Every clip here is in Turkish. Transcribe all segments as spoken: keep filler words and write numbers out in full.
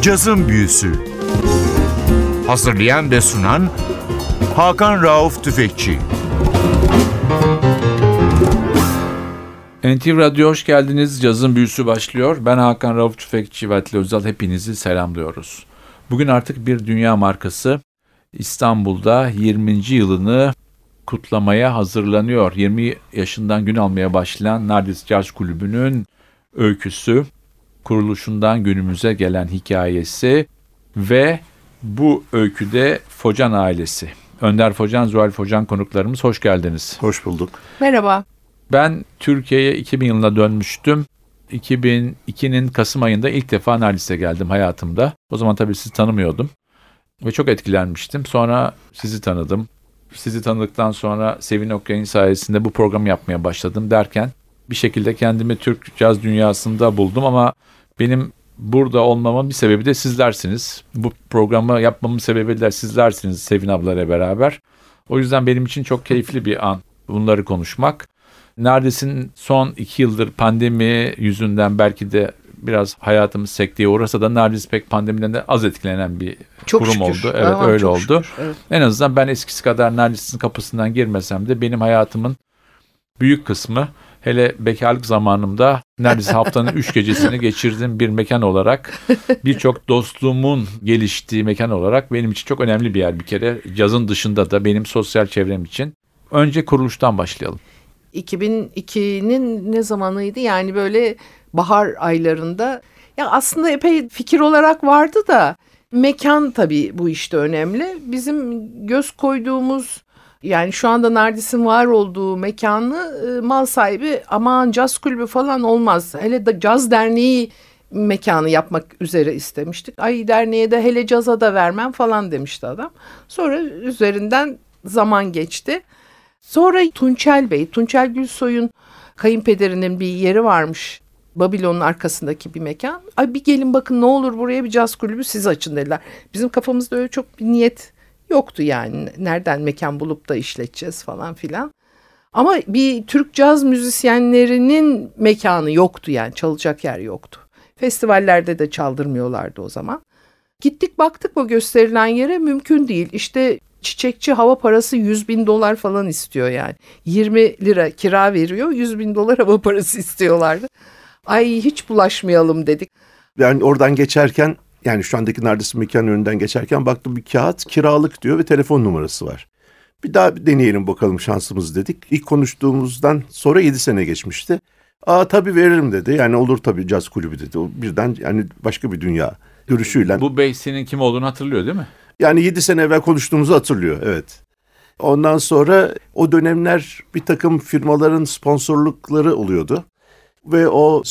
Cazın Büyüsü. Hazırlayan ve sunan Hakan Rauf Tüfekçi. N T V Radyo hoş geldiniz. Cazın Büyüsü başlıyor. Ben Hakan Rauf Tüfekçi ve Atli Özal, hepinizi selamlıyoruz. Bugün artık bir dünya markası İstanbul'da yirminci yılını kutlamaya hazırlanıyor. yirmi yaşından gün almaya başlayan Nardis Caz Kulübü'nün öyküsü, kuruluşundan günümüze gelen hikayesi ve bu öyküde Focan ailesi. Önder Focan, Zuhal Focan konuklarımız, hoş geldiniz. Hoş bulduk. Merhaba. Ben Türkiye'ye iki bin yılında dönmüştüm. iki bin ikinin Kasım ayında ilk defa Nardis'e geldim hayatımda. O zaman tabii sizi tanımıyordum ve çok etkilenmiştim. Sonra sizi tanıdım. Sizi tanıdıktan sonra Sevin Okyay'ın sayesinde bu programı yapmaya başladım derken bir şekilde kendimi Türk caz dünyasında buldum ama benim burada olmamın bir sebebi de sizlersiniz. Bu programı yapmamın sebebi de sizlersiniz Sevin ablayla beraber. O yüzden benim için çok keyifli bir an bunları konuşmak. Nardis'in son iki yıldır pandemi yüzünden belki de biraz hayatımız sekteye uğrasa da Nardis pek pandemiden de az etkilenen bir çok kurum şükür. oldu. Evet, Aa, öyle oldu. Şükür, evet. En azından ben eskisi kadar Nardis'in kapısından girmesem de benim hayatımın büyük kısmı, hele bekarlık zamanımda neredeyse haftanın üç gecesini geçirdiğim bir mekan olarak, birçok dostluğumun geliştiği mekan olarak benim için çok önemli bir yer bir kere. Cazın dışında da benim sosyal çevrem için. Önce kuruluştan başlayalım. iki bin ikinin ne zamanıydı? Yani böyle bahar aylarında. Ya aslında epey fikir olarak vardı da mekan tabii bu işte önemli. Bizim göz koyduğumuz, yani şu anda Nardis'in var olduğu mekanı e, mal sahibi aman caz kulübü falan olmaz. Hele de caz derneği mekanı yapmak üzere istemiştik. Ay derneğe de hele caza da vermem falan demişti adam. Sonra üzerinden zaman geçti. Sonra Tunçel Bey, Tunçel Gülsoy'un kayınpederinin bir yeri varmış. Babilon'un arkasındaki bir mekan. Ay bir gelin bakın ne olur buraya bir caz kulübü siz açın dediler. Bizim kafamızda öyle çok bir niyet yoktu yani. Nereden mekan bulup da işleteceğiz falan filan. Ama bir Türk caz müzisyenlerinin mekanı yoktu yani, çalacak yer yoktu. Festivallerde de çaldırmıyorlardı o zaman. Gittik baktık o gösterilen yere, mümkün değil. İşte çiçekçi hava parası yüz bin dolar falan istiyor yani. yirmi lira kira veriyor, yüz bin dolar hava parası istiyorlardı. Ay hiç bulaşmayalım dedik. Yani oradan geçerken, yani şu andaki Nardis'in mekanın önünden geçerken baktım bir kağıt, kiralık diyor ve telefon numarası var. Bir daha bir deneyelim bakalım şansımız dedik. İlk konuştuğumuzdan sonra yedi sene geçmişti. Aa tabii veririm dedi. Yani olur tabii caz kulübü dedi. O birden yani başka bir dünya görüşüyle. Bu bey senin kim olduğunu hatırlıyor değil mi? Yani yedi sene evvel konuştuğumuzu hatırlıyor, evet. Ondan sonra o dönemler bir takım firmaların sponsorlukları oluyordu. Ve o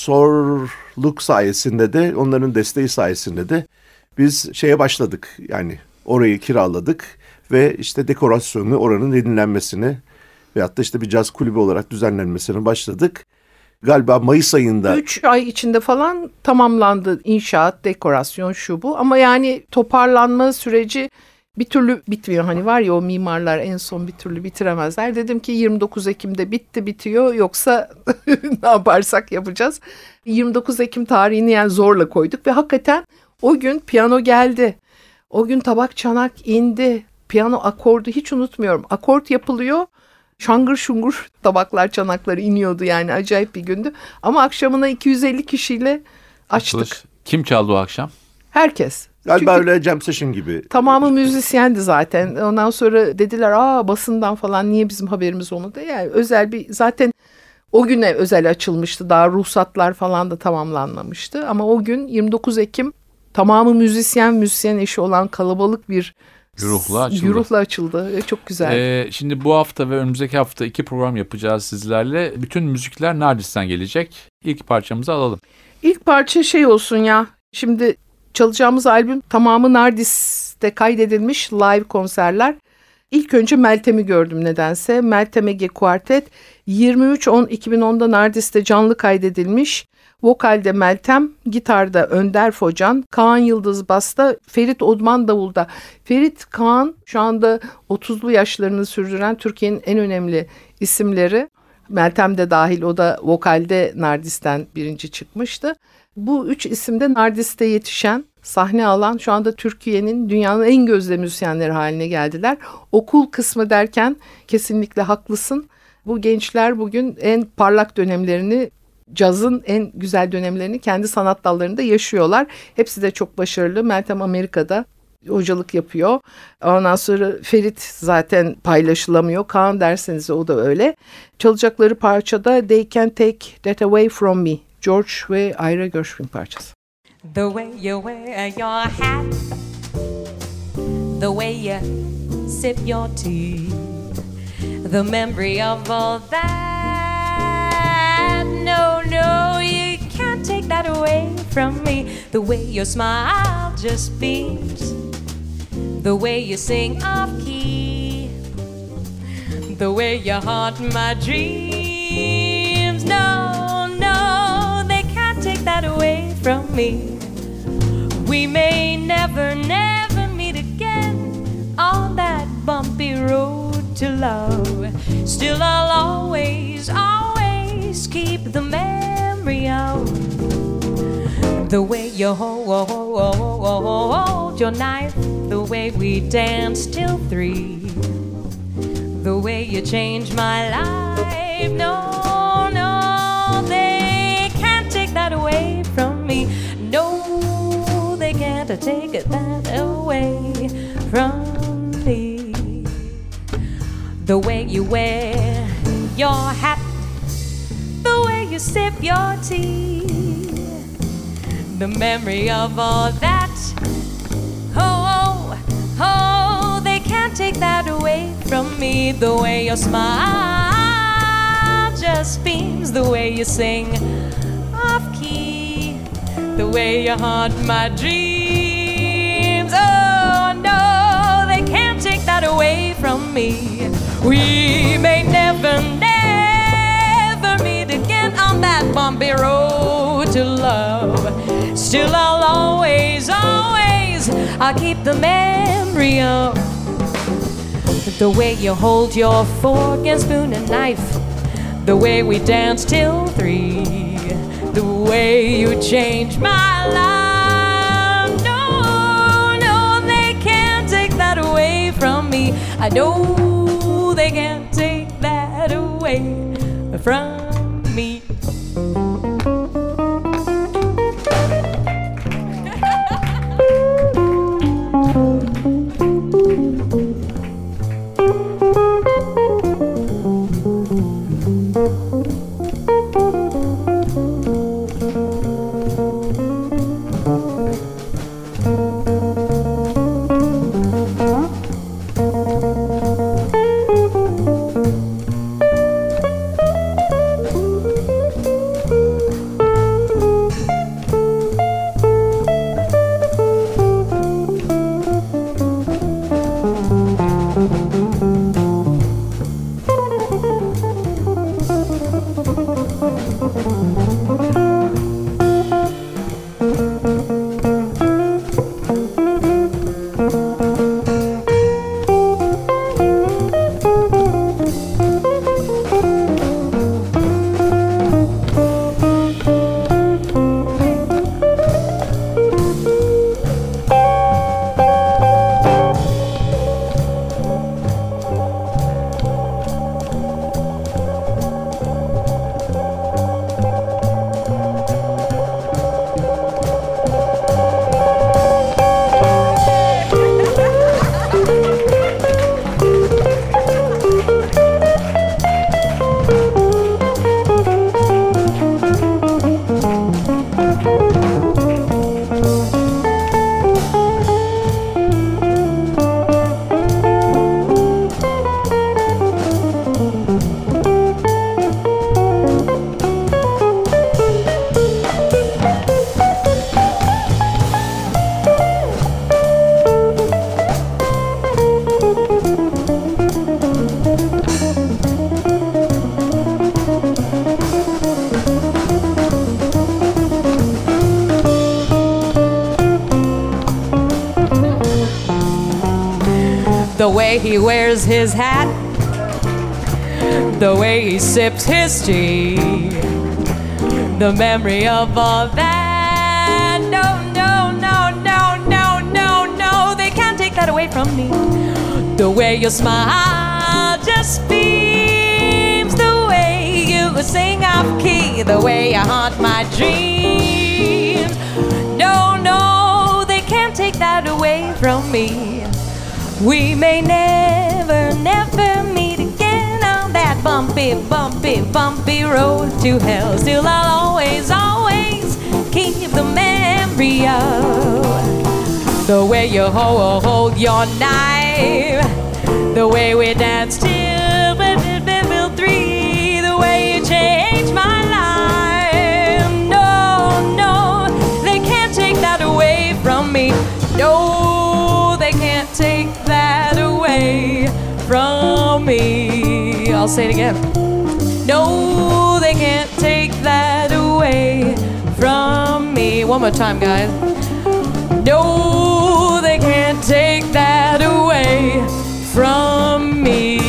sponsorluk sayesinde de, onların desteği sayesinde de biz şeye başladık. Yani orayı kiraladık ve işte dekorasyonu, oranın yenilenmesini veyahut da işte bir caz kulübü olarak düzenlenmesine başladık. Galiba Mayıs ayında. Üç ay içinde falan tamamlandı inşaat, dekorasyon, şu bu. Ama yani toparlanma süreci bir türlü bitmiyor. Hani var ya o mimarlar en son bir türlü bitiremezler. Dedim ki yirmi dokuz Ekim'de bitti bitiyor, yoksa ne yaparsak yapacağız. yirmi dokuz Ekim tarihini yani zorla koyduk ve hakikaten o gün piyano geldi. O gün tabak çanak indi. Piyano akordu hiç unutmuyorum. Akort yapılıyor. Şangır şungur tabaklar çanaklar iniyordu, yani acayip bir gündü. Ama akşamına iki yüz elli kişiyle açtık. Açılış. Kim çaldı o akşam? Herkes. Galiba Çünkü öyle jam session gibi. tamamı müzisyendi zaten. Ondan sonra dediler aa basından falan niye bizim haberimiz olmadı? Yani özel bir, zaten o güne özel açılmıştı. Daha ruhsatlar falan da tamamlanmamıştı. Ama o gün yirmi dokuz Ekim tamamı müzisyen, müzisyen eşi olan kalabalık bir Güruhla açıldı. Güruhla açıldı. Çok güzel. Ee, şimdi bu hafta ve önümüzdeki hafta iki program yapacağız sizlerle. Bütün müzikler Nardis'ten gelecek. İlk parçamızı alalım. İlk parça şey olsun ya. Şimdi çalacağımız albüm tamamı Nardis'te kaydedilmiş live konserler. İlk önce Meltem'i gördüm nedense. Meltem Ege Kuartet yirmi üç on iki bin onda Nardis'te canlı kaydedilmiş. Vokalde Meltem, gitarda Önder Focan, Kaan Yıldız basta, Ferit Odman davulda. Ferit, Kaan şu anda otuzlu yaşlarını sürdüren Türkiye'nin en önemli isimleri. Meltem de dahil, o da vokalde Nardis'ten birinci çıkmıştı. Bu üç isim de Nardis'te yetişen sahne alan, şu anda Türkiye'nin dünyanın en gözde müzisyenleri haline geldiler. Okul kısmı derken kesinlikle haklısın. Bu gençler bugün en parlak dönemlerini, cazın en güzel dönemlerini kendi sanat dallarında yaşıyorlar. Hepsi de çok başarılı. Meltem Amerika'da hocalık yapıyor. Ondan sonra Ferit zaten paylaşılamıyor. Kaan derseniz o da öyle. Çalacakları parçada They Can't Take That Away From Me. George ve Ira Gershwin parçası. The way you wear your hat, the way you sip your tea, the memory of all that. No, no, you can't take that away from me. The way your smile just beams, the way you sing off key, the way you haunt my dreams. No, no, they can't take that away from me. We may never, never meet again on that bumpy road to love. Still I'll always, always keep the memory of the way you hold, hold, hold, hold your knife, the way we danced till three, the way you changed my life. No, no, they can't take that away from me. No, they can't take that away from me. The way you wear your hat, the way you sip your tea, the memory of all that. Oh, oh, oh, they can't take that away from me. The way your smile just beams, the way you sing off key, the way you haunt my dreams. Oh, no, they can't take that away from me. We may never, never meet again on that bumpy road to love. Still I'll always, always, I'll keep the memory of the way you hold your fork and spoon and knife, the way we danced till three, the way you changed my life. No, no, they can't take that away from me. I know they can't take that away from me. The way he wears his hat, the way he sips his tea, the memory of all that. No, no, no, no, that away from me. The way you smile just beams, the way you sing off key, the way you haunt my dreams. No, no, they can't take that away from me. We may never, never meet again on that bumpy, bumpy, bumpy road to hell. Still I'll always, always keep the memory of the way you hold, hold your knife, the way we danced till till three, the way you changed my life. No, no, they can't take that away from me. No, they can't take that away from me. I'll say it again. No, they can't take that away from me. One more time, guys. No, they can't take that away from me.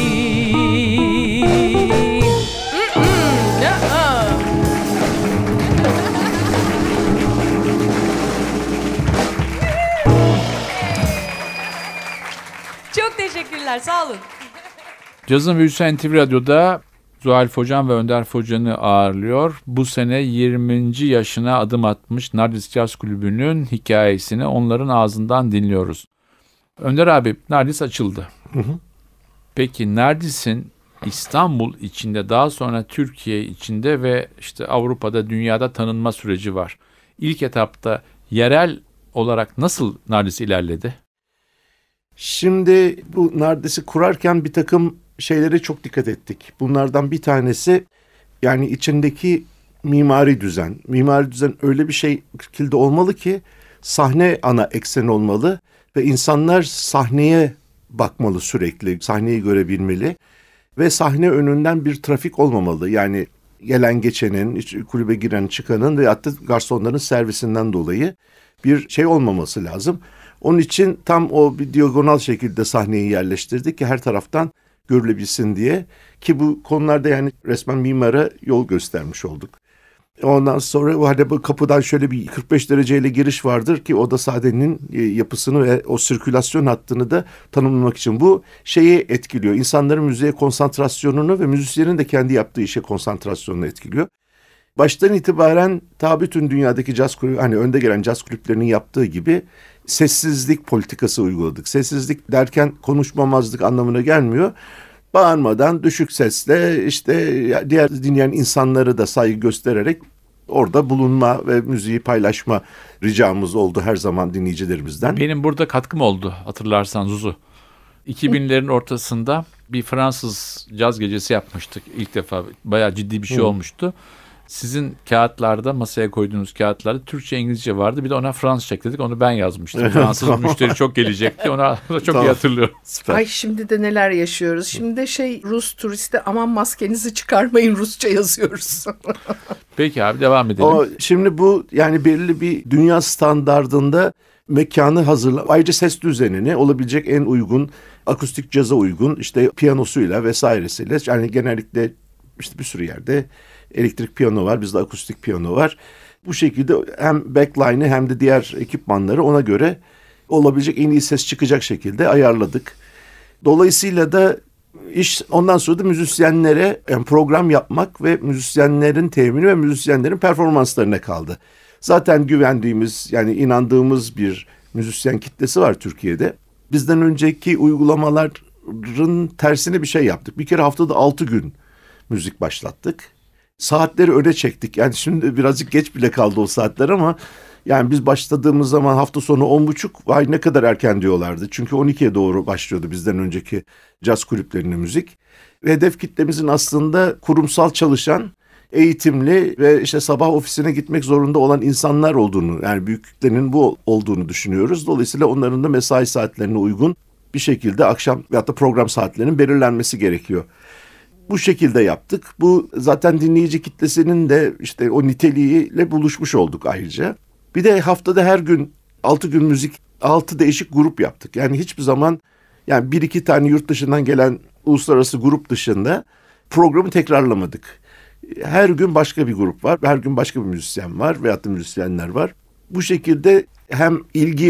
Mm-mm, nuh-uh. Çok teşekkürler, sağ olun. Cazın Büyüsü N T V Radyo'da Zuhal Focan ve Önder Focan'ı ağırlıyor. Bu sene yirminci yaşına adım atmış Nardis Caz Kulübü'nün hikayesini onların ağzından dinliyoruz. Önder abi, Nardis açıldı. Hı hı. Peki Nardis'in İstanbul içinde, daha sonra Türkiye içinde ve işte Avrupa'da, dünyada tanınma süreci var. İlk etapta yerel olarak nasıl Nardis ilerledi? Şimdi bu Nardis'i kurarken bir takım şeylere çok dikkat ettik. Bunlardan bir tanesi yani içindeki mimari düzen. Mimari düzen öyle bir şey şekilde olmalı ki sahne ana eksen olmalı ve insanlar sahneye bakmalı sürekli, sahneyi görebilmeli ve sahne önünden bir trafik olmamalı. Yani gelen geçenin, kulübe giren çıkanın ve hatta garsonların servisinden dolayı bir şey olmaması lazım. Onun için tam o bir diagonal şekilde sahneyi yerleştirdik ki her taraftan görülebilsin diye, ki bu konularda yani resmen mimara yol göstermiş olduk. Ondan sonra o halde bu kapıdan şöyle bir kırk beş dereceyle giriş vardır ki o da sahnenin yapısını ve o sirkülasyon hattını da tanımlamak için bu şeyi etkiliyor. İnsanların müziğe konsantrasyonunu ve müzisyenin de kendi yaptığı işe konsantrasyonunu etkiliyor. Baştan itibaren ta bütün dünyadaki caz kulübü, hani önde gelen caz kulüplerinin yaptığı gibi sessizlik politikası uyguladık. Sessizlik derken konuşmamazlık anlamına gelmiyor. Bağırmadan, düşük sesle işte diğer dinleyen insanları da saygı göstererek orada bulunma ve müziği paylaşma ricamız oldu her zaman dinleyicilerimizden. Benim burada katkım oldu, hatırlarsan Zuzu. iki binlerin ortasında bir Fransız caz gecesi yapmıştık ilk defa. Bayağı ciddi bir şey Hı. olmuştu. Sizin kağıtlarda, masaya koyduğunuz kağıtlarda Türkçe, İngilizce vardı. Bir de ona Fransızca ekledik. Onu ben yazmıştım. Fransız müşteri çok gelecekti. Ona çok tamam. iyi hatırlıyorum. Süper. Ay şimdi de neler yaşıyoruz. Şimdi de şey, Rus turiste aman maskenizi çıkarmayın, Rusça yazıyoruz. Peki abi, devam edelim. O, şimdi bu yani belirli bir dünya standardında mekanı hazırla. Ayrıca ses düzenini olabilecek en uygun, akustik caza uygun, işte piyanosuyla vesairesiyle, yani genellikle işte bir sürü yerde elektrik piyano var, bizde akustik piyano var. Bu şekilde hem backline'ı hem de diğer ekipmanları ona göre olabilecek en iyi ses çıkacak şekilde ayarladık. Dolayısıyla da iş ondan sonra da müzisyenlere yani program yapmak ve müzisyenlerin temini ve müzisyenlerin performanslarına kaldı. Zaten güvendiğimiz, yani inandığımız bir müzisyen kitlesi var Türkiye'de. Bizden önceki uygulamaların tersine bir şey yaptık. Bir kere haftada altı gün müzik başlattık. Saatleri öne çektik. Yani şimdi birazcık geç bile kaldı o saatler ama yani biz başladığımız zaman hafta sonu on buçuk, vay ne kadar erken diyorlardı. Çünkü on ikiye doğru başlıyordu bizden önceki caz kulüplerinin müzik. Ve hedef kitlemizin aslında kurumsal çalışan, eğitimli ve işte sabah ofisine gitmek zorunda olan insanlar olduğunu, yani büyük kitlenin bu olduğunu düşünüyoruz. Dolayısıyla onların da mesai saatlerine uygun bir şekilde akşam veyahut da program saatlerinin belirlenmesi gerekiyor. Bu şekilde yaptık. Bu zaten dinleyici kitlesinin de işte o niteliğiyle buluşmuş olduk ayrıca. Bir de haftada her gün altı gün müzik, altı değişik grup yaptık. Yani hiçbir zaman yani bir iki tane yurt dışından gelen uluslararası grup dışında programı tekrarlamadık. Her gün başka bir grup var, her gün başka bir müzisyen var veyahut da müzisyenler var. Bu şekilde hem ilgi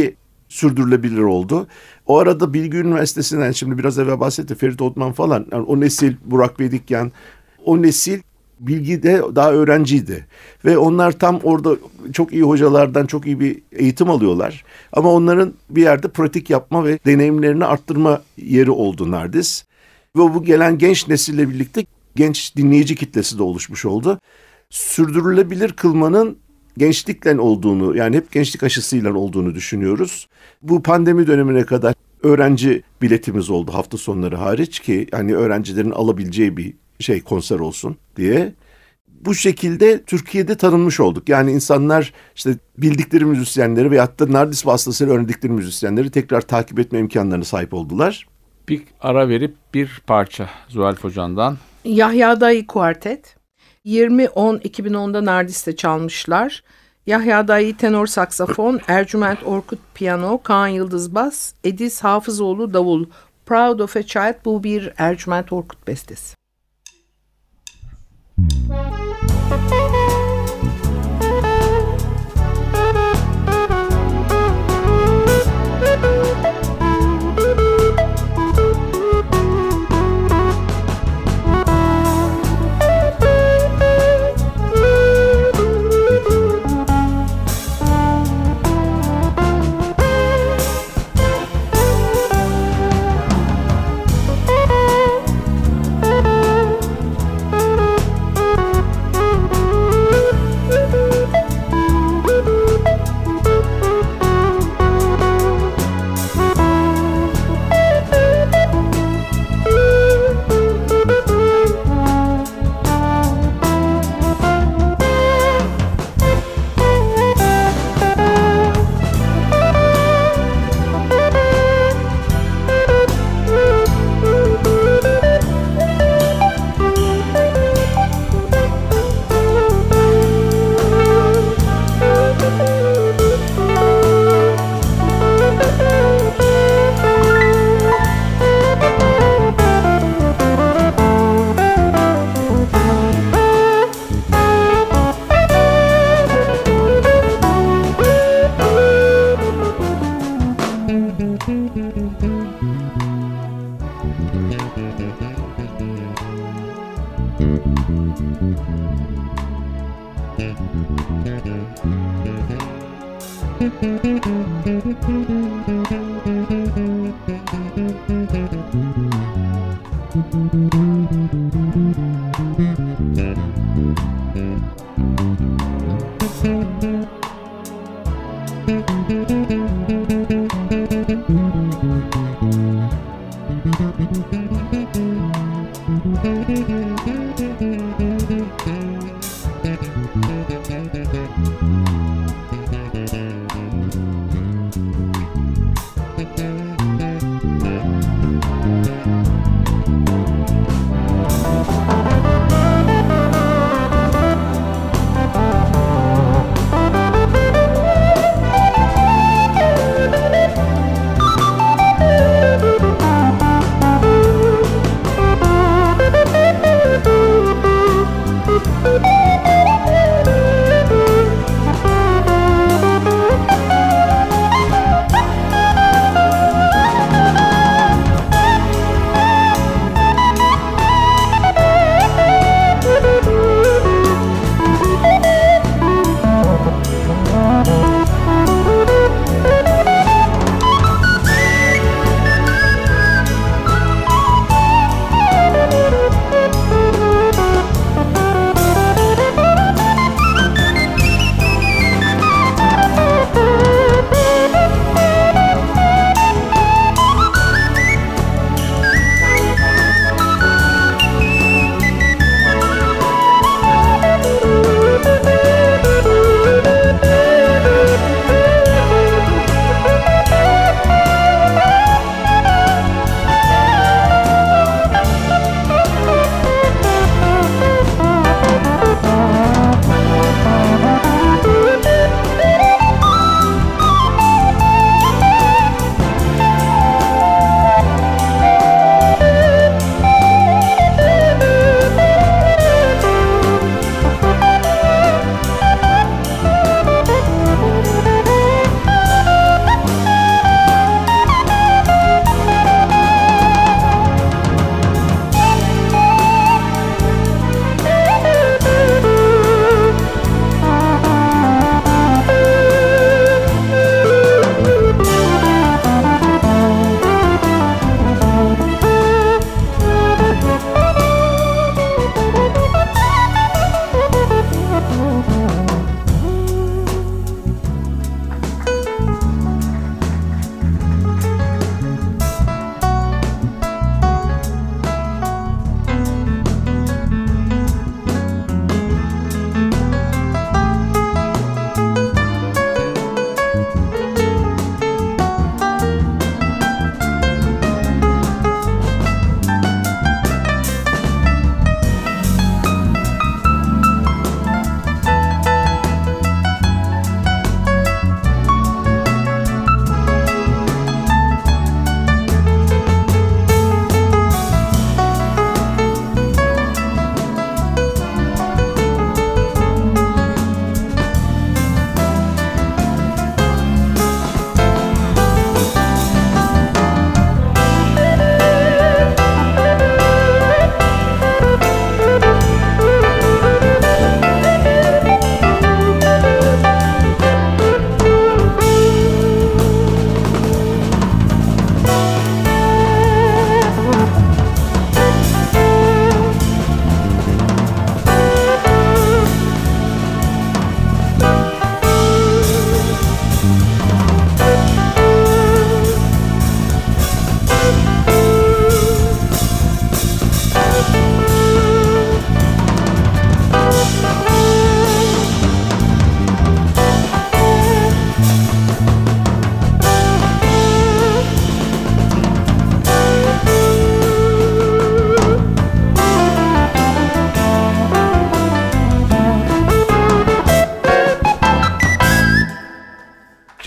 sürdürülebilir oldu. O arada Bilgi Üniversitesi'nden, şimdi biraz evvel bahsetti Ferit Otman falan, yani o nesil, Burak Vedikyan, o nesil Bilgi'de daha öğrenciydi. Ve onlar tam orada çok iyi hocalardan çok iyi bir eğitim alıyorlar. Ama onların bir yerde pratik yapma ve deneyimlerini arttırma yeri oldu Nardis. Ve bu gelen genç nesille birlikte genç dinleyici kitlesi de oluşmuş oldu. Sürdürülebilir kılmanın gençlikle olduğunu, yani hep gençlik aşısıyla olduğunu düşünüyoruz. Bu pandemi dönemine kadar öğrenci biletimiz oldu hafta sonları hariç, ki hani öğrencilerin alabileceği bir şey, konser olsun diye. Bu şekilde Türkiye'de tanınmış olduk. Yani insanlar işte bildikleri müzisyenleri veyahut da Nardis vasıtasıyla öğrendikleri müzisyenleri tekrar takip etme imkanlarına sahip oldular. Bir ara verip bir parça Zuhal Hoca'ndan. Yahya Dayı Kuartet. yirmi on iki bin onda Nardis'te çalmışlar. Yahya Dayı tenor saksafon, Ercüment Orkut piyano, Kaan Yıldız bas, Ediz Hafızoğlu davul. Proud of a Child, bu bir Ercüment Orkut bestesi.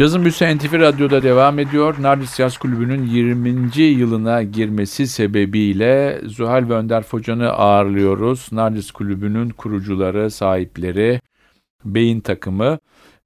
Cazın Büyüsü N T V Radyo'da devam ediyor. Nardis Jazz Kulübü'nün yirminci yılına girmesi sebebiyle Zuhal ve Önder Focan'ı ağırlıyoruz. Nardis Kulübü'nün kurucuları, sahipleri, beyin takımı.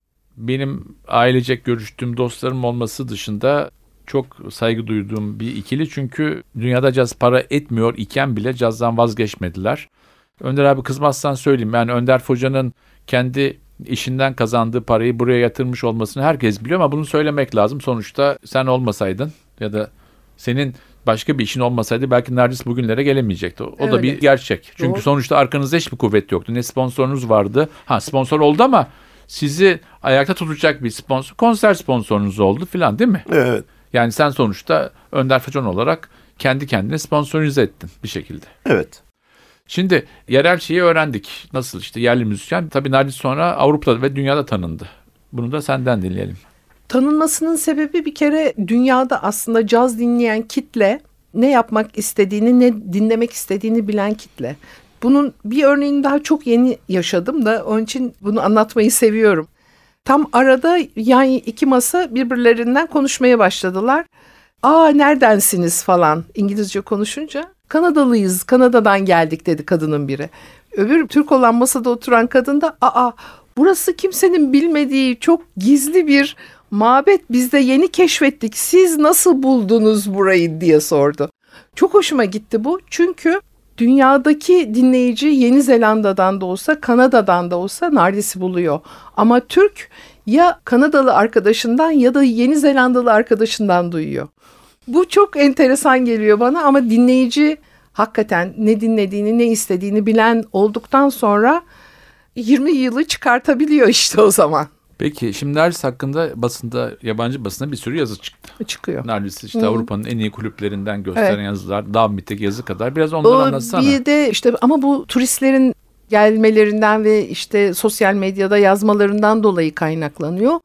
Benim ailecek görüştüğüm dostlarım olması dışında çok saygı duyduğum bir ikili. Çünkü dünyada caz para etmiyor iken bile cazdan vazgeçmediler. Önder abi kızmazsan söyleyeyim. Yani Önder Focan'ın kendi işinden kazandığı parayı buraya yatırmış olmasını herkes biliyor ama bunu söylemek lazım. Sonuçta sen olmasaydın ya da senin başka bir işin olmasaydı belki Nardis bugünlere gelemeyecekti. O Evet. da bir gerçek. Çünkü Doğru. sonuçta arkanızda hiçbir kuvvet yoktu. Ne sponsorunuz vardı. Ha sponsor oldu ama sizi ayakta tutacak bir sponsor, konser sponsorunuz oldu filan değil mi? Evet. Yani sen sonuçta Önder Focan olarak kendi kendine sponsorize ettin bir şekilde. Evet. Şimdi yerel şeyi öğrendik. Nasıl işte yerli müzisyen. Tabii Nardis sonra Avrupa'da ve dünyada tanındı. Bunu da senden dinleyelim. Tanınmasının sebebi bir kere dünyada aslında caz dinleyen kitle ne yapmak istediğini, ne dinlemek istediğini bilen kitle. Bunun bir örneğini daha çok yeni yaşadım da onun için bunu anlatmayı seviyorum. Tam arada yani iki masa birbirlerinden konuşmaya başladılar. Aa neredensiniz falan İngilizce konuşunca. Kanadalıyız, Kanada'dan geldik dedi kadının biri. Öbür Türk olan masada oturan kadın da aa burası kimsenin bilmediği çok gizli bir mabet, biz de yeni keşfettik, siz nasıl buldunuz burayı diye sordu. Çok hoşuma gitti bu çünkü dünyadaki dinleyici Yeni Zelanda'dan da olsa Kanada'dan da olsa Nardis'i buluyor. Ama Türk ya Kanadalı arkadaşından ya da Yeni Zelandalı arkadaşından duyuyor. Bu çok enteresan geliyor bana ama dinleyici hakikaten ne dinlediğini, ne istediğini bilen olduktan sonra yirmi yılı çıkartabiliyor işte o zaman. Peki şimdi Nardis hakkında basında, yabancı basında bir sürü yazı çıktı. Çıkıyor. Nardis işte Hı. Avrupa'nın en iyi kulüplerinden gösteren Evet. yazılar. Downbeat'teki yazı kadar. Biraz onları O anlatsana. bir de işte ama bu turistlerin gelmelerinden ve işte sosyal medyada yazmalarından dolayı kaynaklanıyor.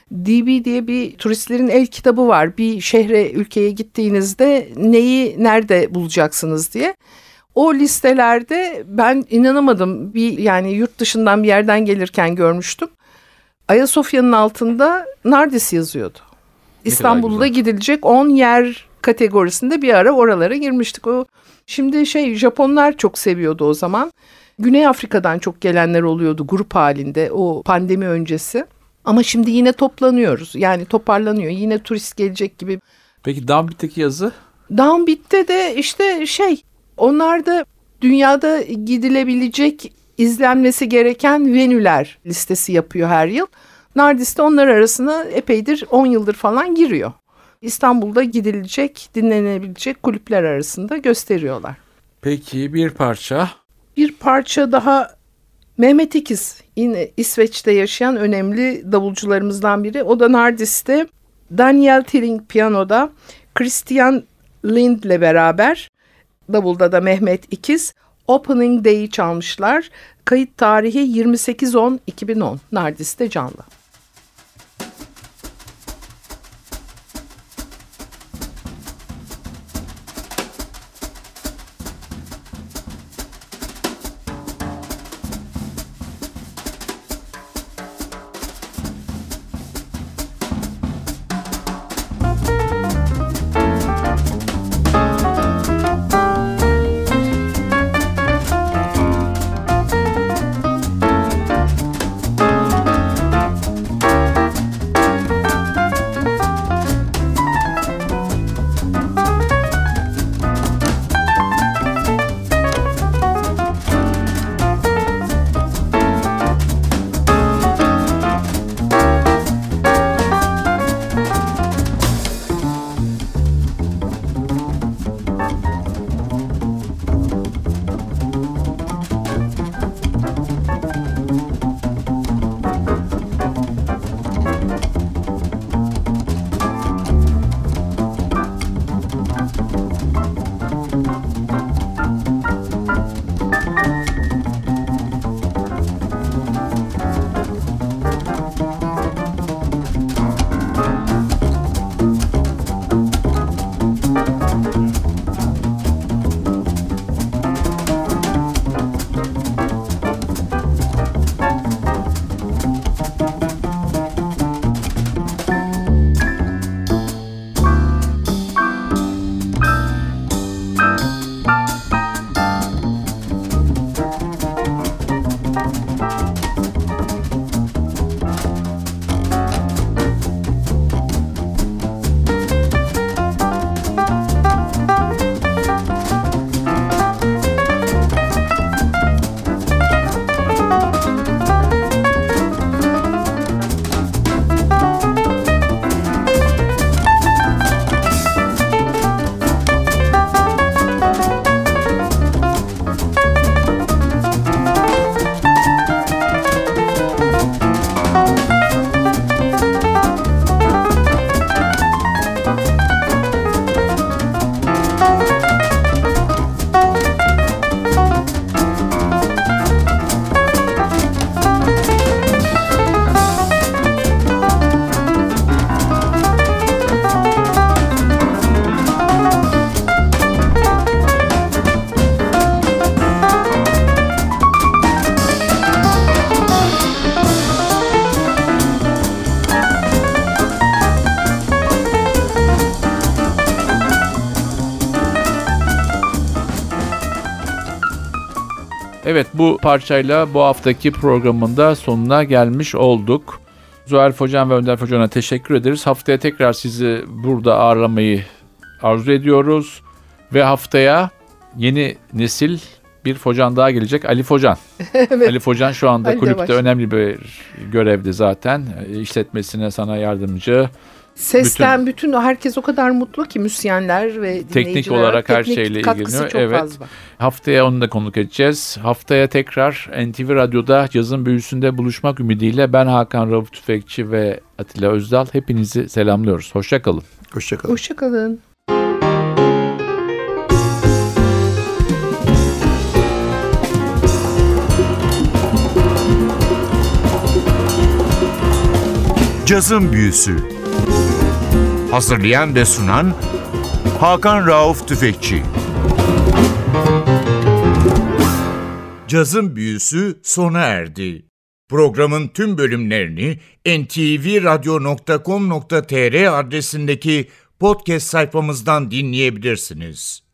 D B diye bir turistlerin el kitabı var. Bir şehre, ülkeye gittiğinizde neyi nerede bulacaksınız diye. O listelerde ben inanamadım. Bir yani yurt dışından bir yerden gelirken görmüştüm. Ayasofya'nın altında Nardis yazıyordu. İstanbul'da güzel. gidilecek on yer kategorisinde bir ara oralara girmiştik. O şimdi şey Japonlar çok seviyordu o zaman. Güney Afrika'dan çok gelenler oluyordu grup halinde o pandemi öncesi. Ama şimdi yine toplanıyoruz. Yani toparlanıyor. Yine turist gelecek gibi. Peki Downbeat'teki yazı? Downbeat'te de işte şey onlar da dünyada gidilebilecek izlenmesi gereken venüler listesi yapıyor her yıl. Nardis de onlar arasına epeydir on yıldır falan giriyor. İstanbul'da gidilecek, dinlenebilecek kulüpler arasında gösteriyorlar. Peki bir parça. Bir parça daha Mehmet İkiz yine İsveç'te yaşayan önemli davulcularımızdan biri. O da Nardis'te Daniel Tilling piyanoda, Christian Lind'le beraber davulda da Mehmet İkiz Opening Day'i çalmışlar. Kayıt tarihi yirmi sekiz on iki bin on Nardis'te canlı. Evet, bu parçayla bu haftaki programında sonuna gelmiş olduk. Zuhal Focan ve Önder Focan'a teşekkür ederiz. Haftaya tekrar sizi burada ağırlamayı arzu ediyoruz. Ve haftaya yeni nesil bir Focan daha gelecek. Ali Focan. Evet. Ali Focan şu anda Ali de kulüpte başladı. önemli bir görevde zaten. İşletmesine sana yardımcı. Sesten bütün, bütün herkes o kadar mutlu ki, müzisyenler ve dinleyiciler. Teknik olarak her Teknik şeyle katkısı ilgileniyor. çok Evet. fazla. Haftaya onu da konuk edeceğiz. Haftaya tekrar N T V Radyo'da Cazın Büyüsü'nde buluşmak ümidiyle ben Hakan Rauf Tüfekçi ve Atilla Özdal hepinizi selamlıyoruz. Hoşça kalın. Hoşçakalın. Hoşçakalın. Cazın Büyüsü. Hazırlayan ve sunan Hakan Rauf Tüfekçi. Cazın Büyüsü sona erdi. Programın tüm bölümlerini en te ve radyo nokta com nokta te er adresindeki podcast sayfamızdan dinleyebilirsiniz.